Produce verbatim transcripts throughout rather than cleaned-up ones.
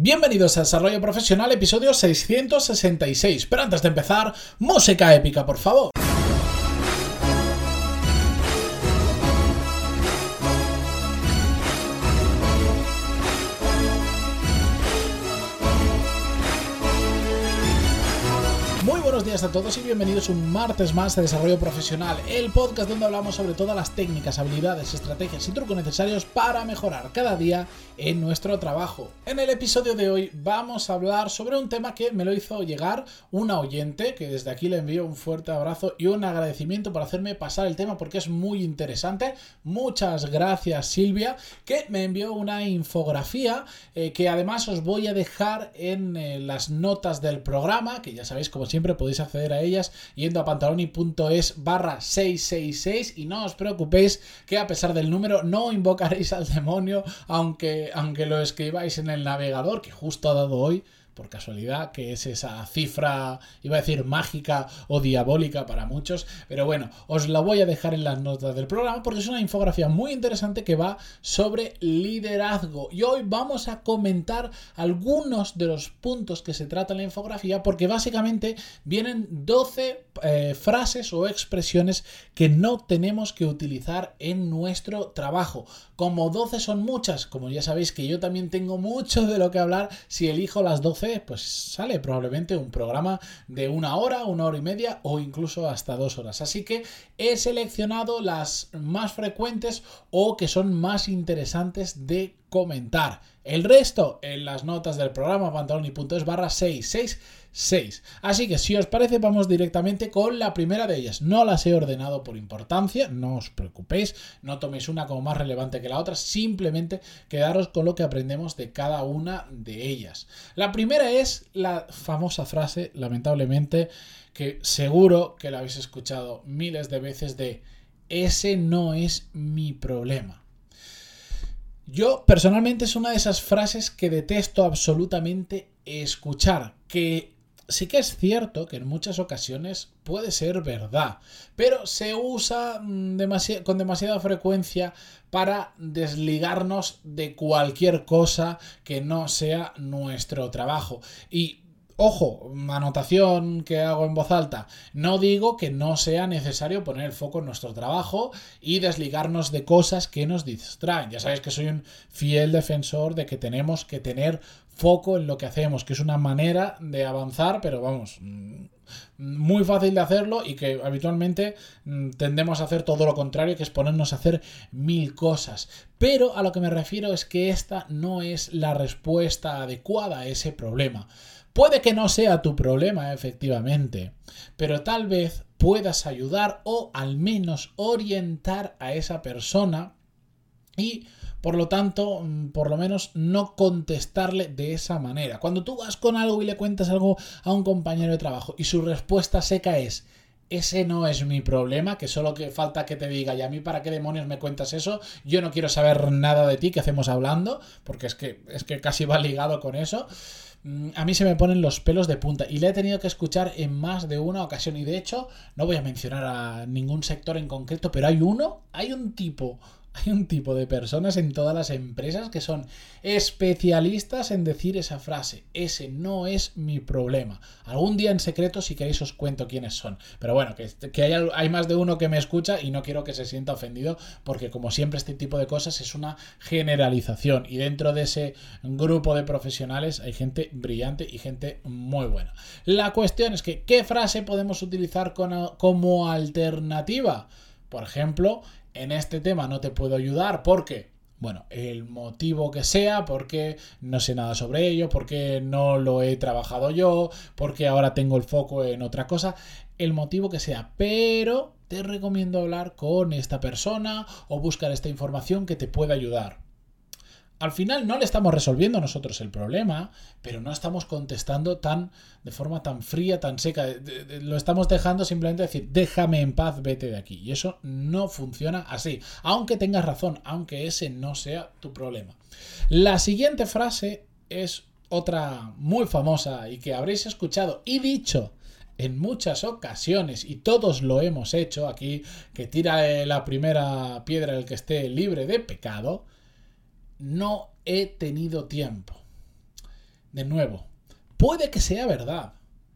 Bienvenidos a Desarrollo Profesional, episodio seiscientos sesenta y seis. Pero antes de empezar, música épica, por favor. Muy buenos días a todos y bienvenidos un martes más a Desarrollo Profesional, el podcast donde hablamos sobre todas las técnicas, habilidades, estrategias y trucos necesarios para mejorar cada día en nuestro trabajo. En el episodio de hoy vamos a hablar sobre un tema que me lo hizo llegar una oyente, que desde aquí le envío un fuerte abrazo y un agradecimiento por hacerme pasar el tema porque es muy interesante. Muchas gracias, Silvia, que me envió una infografía eh, que además os voy a dejar en eh, las notas del programa, que ya sabéis, como siempre podéis acceder a ellas yendo a pantaloni.es barra seiscientos sesenta y seis y no os preocupéis que a pesar del número no invocaréis al demonio aunque, aunque lo escribáis en el navegador, que justo ha dado hoy por casualidad, que es esa cifra, iba a decir mágica o diabólica para muchos, pero bueno, os la voy a dejar en las notas del programa porque es una infografía muy interesante que va sobre liderazgo. Y hoy vamos a comentar algunos de los puntos que se trata en la infografía porque básicamente vienen doce eh, frases o expresiones que no tenemos que utilizar en nuestro trabajo. Como doce son muchas, como ya sabéis que yo también tengo mucho de lo que hablar, si elijo las doce pues sale probablemente un programa de una hora, una hora y media o incluso hasta dos horas. Así que he seleccionado las más frecuentes o que son más interesantes de comentar. El resto en las notas del programa pantaloni.es barra seiscientos sesenta y seis. Así que si os parece vamos directamente con la primera de ellas. No las he ordenado por importancia, no os preocupéis, no toméis una como más relevante que la otra, simplemente quedaros con lo que aprendemos de cada una de ellas. La primera es la famosa frase, lamentablemente, que seguro que la habéis escuchado miles de veces de ese no es mi problema. Yo personalmente es una de esas frases que detesto absolutamente escuchar, que sí que es cierto que en muchas ocasiones puede ser verdad, pero se usa demasi- con demasiada frecuencia para desligarnos de cualquier cosa que no sea nuestro trabajo. Y ojo, anotación que hago en voz alta, no digo que no sea necesario poner el foco en nuestro trabajo y desligarnos de cosas que nos distraen. Ya sabéis que soy un fiel defensor de que tenemos que tener foco en lo que hacemos, que es una manera de avanzar, pero vamos, muy fácil de hacerlo y que habitualmente tendemos a hacer todo lo contrario, que es ponernos a hacer mil cosas. Pero a lo que me refiero es que esta no es la respuesta adecuada a ese problema. Puede que no sea tu problema, efectivamente, pero tal vez puedas ayudar o al menos orientar a esa persona y, por lo tanto, por lo menos no contestarle de esa manera. Cuando tú vas con algo y le cuentas algo a un compañero de trabajo y su respuesta seca es ese no es mi problema, que solo que falta que te diga, y a mí para qué demonios me cuentas eso, yo no quiero saber nada de ti, ¿qué hacemos hablando? Porque es que, es que casi va ligado con eso. A mí se me ponen los pelos de punta y le he tenido que escuchar en más de una ocasión y de hecho no voy a mencionar a ningún sector en concreto, pero hay uno, hay un tipo... Hay un tipo de personas en todas las empresas que son especialistas en decir esa frase. Ese no es mi problema. Algún día en secreto, si queréis, os cuento quiénes son. Pero bueno, que, que hay, hay más de uno que me escucha y no quiero que se sienta ofendido porque, como siempre, este tipo de cosas es una generalización. Y dentro de ese grupo de profesionales hay gente brillante y gente muy buena. La cuestión es que, ¿qué frase podemos utilizar con, como alternativa? Por ejemplo, en este tema no te puedo ayudar porque, bueno, el motivo que sea, porque no sé nada sobre ello, porque no lo he trabajado yo, porque ahora tengo el foco en otra cosa, el motivo que sea, pero te recomiendo hablar con esta persona o buscar esta información que te pueda ayudar. Al final no le estamos resolviendo nosotros el problema, pero no estamos contestando tan de forma tan fría, tan seca. De, de, de, lo estamos dejando simplemente decir, déjame en paz, vete de aquí. Y eso no funciona así, aunque tengas razón, aunque ese no sea tu problema. La siguiente frase es otra muy famosa y que habréis escuchado y dicho en muchas ocasiones, y todos lo hemos hecho aquí, que tira la primera piedra el que esté libre de pecado. No he tenido tiempo. de nuevo, puede que sea verdad,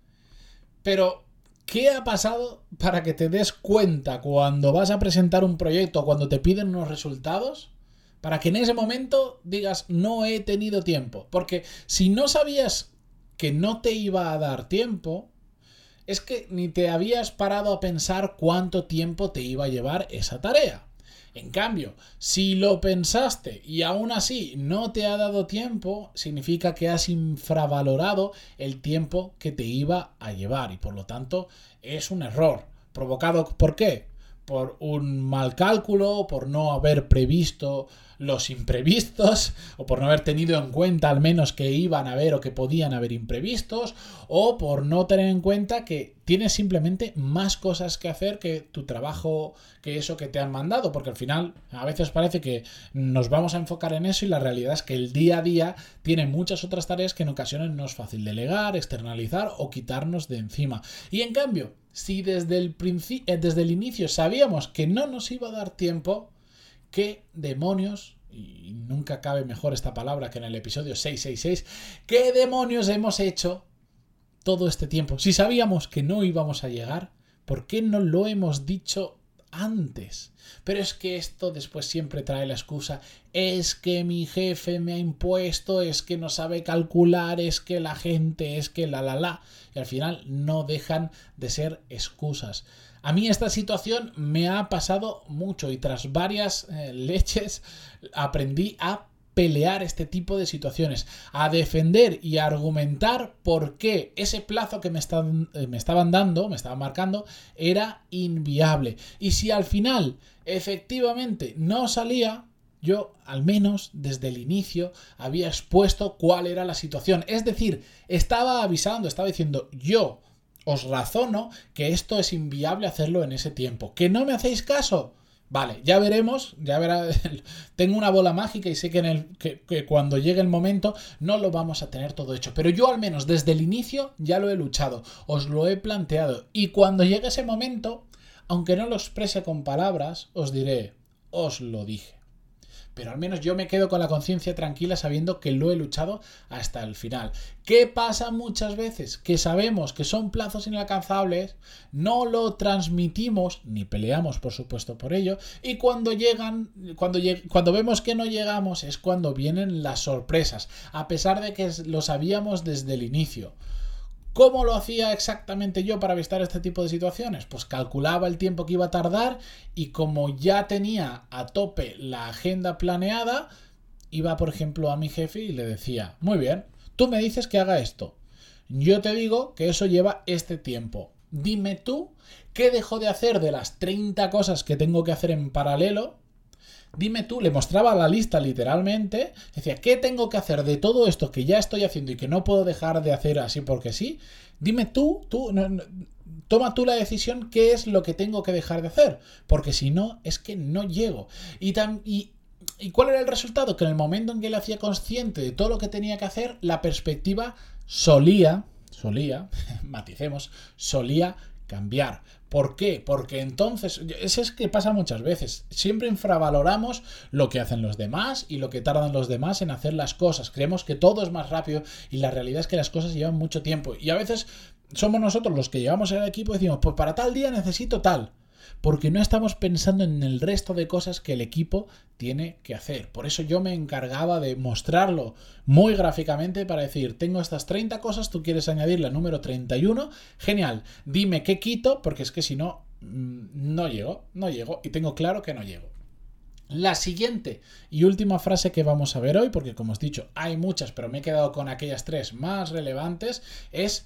pero ¿qué ha pasado para que te des cuenta cuando vas a presentar un proyecto o cuando te piden unos resultados? Para que en ese momento digas, no he tenido tiempo. Porque si no sabías que no te iba a dar tiempo, es que ni te habías parado a pensar cuánto tiempo te iba a llevar esa tarea. En cambio, si lo pensaste y aún así no te ha dado tiempo, significa que has infravalorado el tiempo que te iba a llevar y por lo tanto es un error. ¿Provocado por qué? Por un mal cálculo, por no haber previsto los imprevistos, o por no haber tenido en cuenta al menos que iban a haber o que podían haber imprevistos, o por no tener en cuenta que tienes simplemente más cosas que hacer que tu trabajo, que eso que te han mandado, porque al final a veces parece que nos vamos a enfocar en eso y la realidad es que el día a día tiene muchas otras tareas que en ocasiones no es fácil delegar, externalizar o quitarnos de encima. Y en cambio, si desde el principio, desde el inicio sabíamos que no nos iba a dar tiempo, ¿qué demonios, y nunca cabe mejor esta palabra que en el episodio seiscientos sesenta y seis, qué demonios hemos hecho todo este tiempo? Si sabíamos que no íbamos a llegar, ¿por qué no lo hemos dicho antes? Pero es que esto después siempre trae la excusa, es que mi jefe me ha impuesto, es que no sabe calcular, es que la gente, es que la la la, y al final no dejan de ser excusas. A mí esta situación me ha pasado mucho y tras varias eh, leches aprendí a pelear este tipo de situaciones, a defender y a argumentar por qué ese plazo que me, están, eh, me estaban dando, me estaban marcando, era inviable. Y si al final efectivamente no salía, yo al menos desde el inicio había expuesto cuál era la situación. Es decir, estaba avisando, estaba diciendo yo os razono que esto es inviable hacerlo en ese tiempo. ¿Que no me hacéis caso? Vale, ya veremos, ya verá, tengo una bola mágica y sé que, en el, que, que cuando llegue el momento no lo vamos a tener todo hecho. Pero yo al menos desde el inicio ya lo he luchado, os lo he planteado. Y cuando llegue ese momento, aunque no lo exprese con palabras, os diré, os lo dije. Pero al menos yo me quedo con la conciencia tranquila sabiendo que lo he luchado hasta el final. ¿Qué pasa muchas veces? Que sabemos que son plazos inalcanzables, no lo transmitimos, ni peleamos por supuesto por ello, y cuando llegan, cuando, lleg- cuando vemos que no llegamos es cuando vienen las sorpresas, a pesar de que lo sabíamos desde el inicio. ¿Cómo lo hacía exactamente yo para evitar este tipo de situaciones? Pues calculaba el tiempo que iba a tardar y como ya tenía a tope la agenda planeada, iba por ejemplo a mi jefe y le decía, muy bien, tú me dices que haga esto, yo te digo que eso lleva este tiempo, dime tú qué dejo de hacer de las treinta cosas que tengo que hacer en paralelo. Dime tú, le mostraba la lista literalmente, decía, ¿qué tengo que hacer de todo esto que ya estoy haciendo y que no puedo dejar de hacer así porque sí? Dime tú, tú, no, no, toma tú la decisión qué es lo que tengo que dejar de hacer, porque si no, es que no llego. Y, tam, y, ¿Y cuál era el resultado? Que en el momento en que le hacía consciente de todo lo que tenía que hacer, la perspectiva solía, solía, maticemos, solía cambiar. ¿Por qué? Porque entonces, eso es que pasa muchas veces, siempre infravaloramos lo que hacen los demás y lo que tardan los demás en hacer las cosas, creemos que todo es más rápido y la realidad es que las cosas llevan mucho tiempo y a veces somos nosotros los que llevamos al equipo y decimos, pues para tal día necesito tal, porque no estamos pensando en el resto de cosas que el equipo tiene que hacer. Por eso yo me encargaba de mostrarlo muy gráficamente para decir, tengo estas treinta cosas, tú quieres añadir la número treinta y uno, genial, dime qué quito, porque es que si no, no llego, no llego y tengo claro que no llego. La siguiente y última frase que vamos a ver hoy, porque como os he dicho, hay muchas, pero me he quedado con aquellas tres más relevantes, es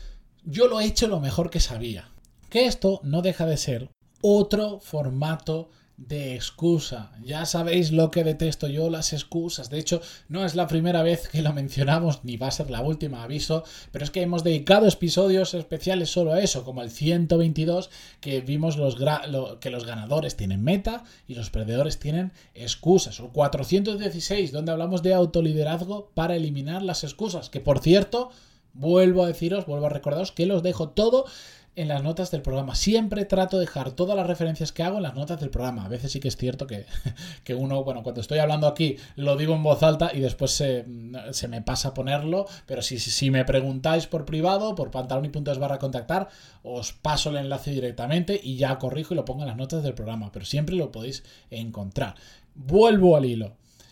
yo lo he hecho lo mejor que sabía. Que esto no deja de ser otro formato de excusa. Ya sabéis lo que detesto yo, las excusas. De hecho, no es la primera vez que lo mencionamos, ni va a ser la última, aviso, pero es que hemos dedicado episodios especiales solo a eso, como el ciento veintidós, que vimos los gra- lo, que los ganadores tienen meta y los perdedores tienen excusas. O cuatrocientos dieciséis, donde hablamos de autoliderazgo para eliminar las excusas, que por cierto, vuelvo a deciros, vuelvo a recordaros que los dejo todo en las notas del programa. Siempre trato de dejar todas las referencias que hago en las notas del programa. A veces sí que es cierto que, que uno, bueno, cuando estoy hablando aquí lo digo en voz alta y después se, se me pasa a ponerlo, pero si, si me preguntáis por privado, por pantaloni.es barra contactar, os paso el enlace directamente y ya corrijo y lo pongo en las notas del programa, pero siempre lo podéis encontrar. Vuelvo al hilo.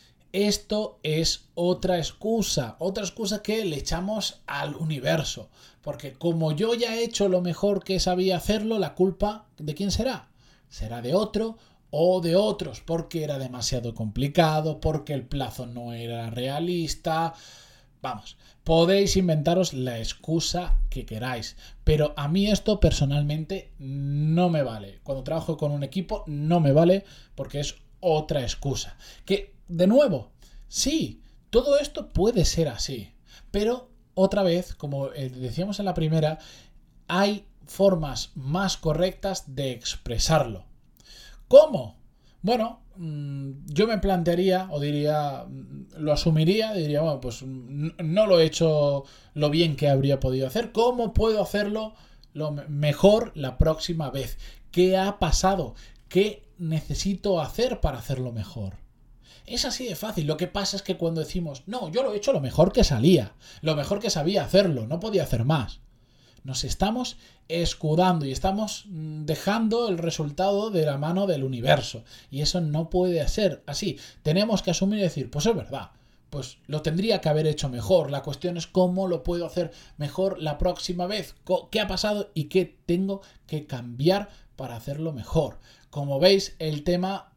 Esto es otra excusa, otra excusa que le echamos al universo, porque como yo ya he hecho lo mejor que sabía hacerlo, la culpa ¿de quién será? Será de otro o de otros, porque era demasiado complicado, porque el plazo no era realista. Vamos, podéis inventaros la excusa que queráis, pero a mí esto personalmente no me vale. Cuando trabajo con un equipo no me vale porque es otra excusa. Que, de nuevo, sí, todo esto puede ser así, pero otra vez, como decíamos en la primera, hay formas más correctas de expresarlo. ¿Cómo? Bueno, yo me plantearía o diría, lo asumiría, diría, bueno, pues no lo he hecho lo bien que habría podido hacer. ¿Cómo puedo hacerlo lo mejor la próxima vez? ¿Qué ha pasado? ¿Qué necesito hacer para hacerlo mejor? Es así de fácil. Lo que pasa es que cuando decimos, no, yo lo he hecho lo mejor que salía, lo mejor que sabía hacerlo, no podía hacer más, nos estamos escudando y estamos dejando el resultado de la mano del universo. Y eso no puede ser así. Tenemos que asumir y decir, pues es verdad, pues lo tendría que haber hecho mejor. La cuestión es cómo lo puedo hacer mejor la próxima vez. ¿Qué ha pasado y qué tengo que cambiar para hacerlo mejor? Como veis, el tema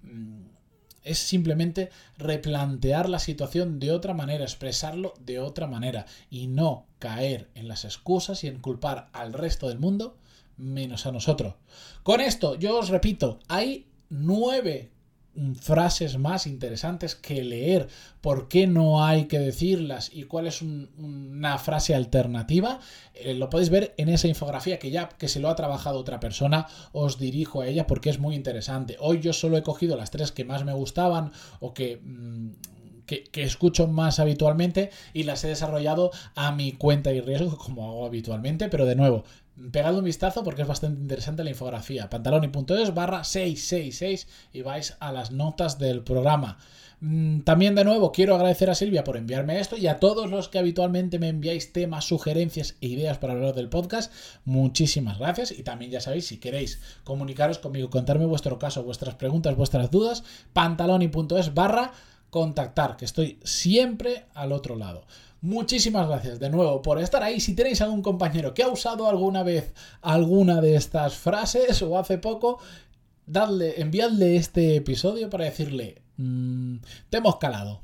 es simplemente replantear la situación de otra manera, expresarlo de otra manera y no caer en las excusas y en culpar al resto del mundo menos a nosotros. Con esto, yo os repito, hay nueve frases más interesantes que leer, por qué no hay que decirlas y cuál es un, una frase alternativa. Eh, lo podéis ver en esa infografía que ya que se lo ha trabajado otra persona, os dirijo a ella porque es muy interesante. Hoy yo solo he cogido las tres que más me gustaban o que... Mmm, Que, que escucho más habitualmente y las he desarrollado a mi cuenta y riesgo como hago habitualmente, pero de nuevo, pegadle un vistazo porque es bastante interesante la infografía. pantaloni.es barra seiscientos sesenta y seis y vais a las notas del programa. También de nuevo quiero agradecer a Silvia por enviarme esto y a todos los que habitualmente me enviáis temas, sugerencias e ideas para hablar del podcast. Muchísimas gracias y también ya sabéis, si queréis comunicaros conmigo, contarme vuestro caso, vuestras preguntas, vuestras dudas, pantaloni.es barra contactar, que estoy siempre al otro lado. Muchísimas gracias de nuevo por estar ahí. Si tenéis algún compañero que ha usado alguna vez alguna de estas frases o hace poco, dadle, enviadle este episodio para decirle mmm, te hemos calado.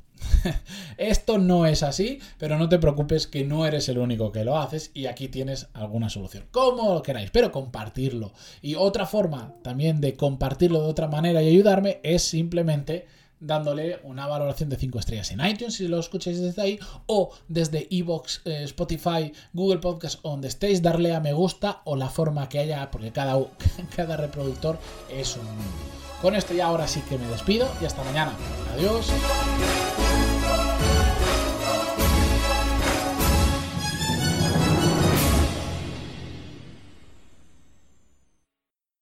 Esto no es así, pero no te preocupes que no eres el único que lo haces y aquí tienes alguna solución. Como lo queráis, pero compartirlo. Y otra forma también de compartirlo de otra manera y ayudarme es simplemente dándole una valoración de cinco estrellas en iTunes si lo escucháis desde ahí o desde iVoox, eh, Spotify, Google Podcast, donde estéis, darle a me gusta o la forma que haya, porque cada, cada reproductor es un mundo. Con esto ya ahora sí que me despido y hasta mañana. Adiós.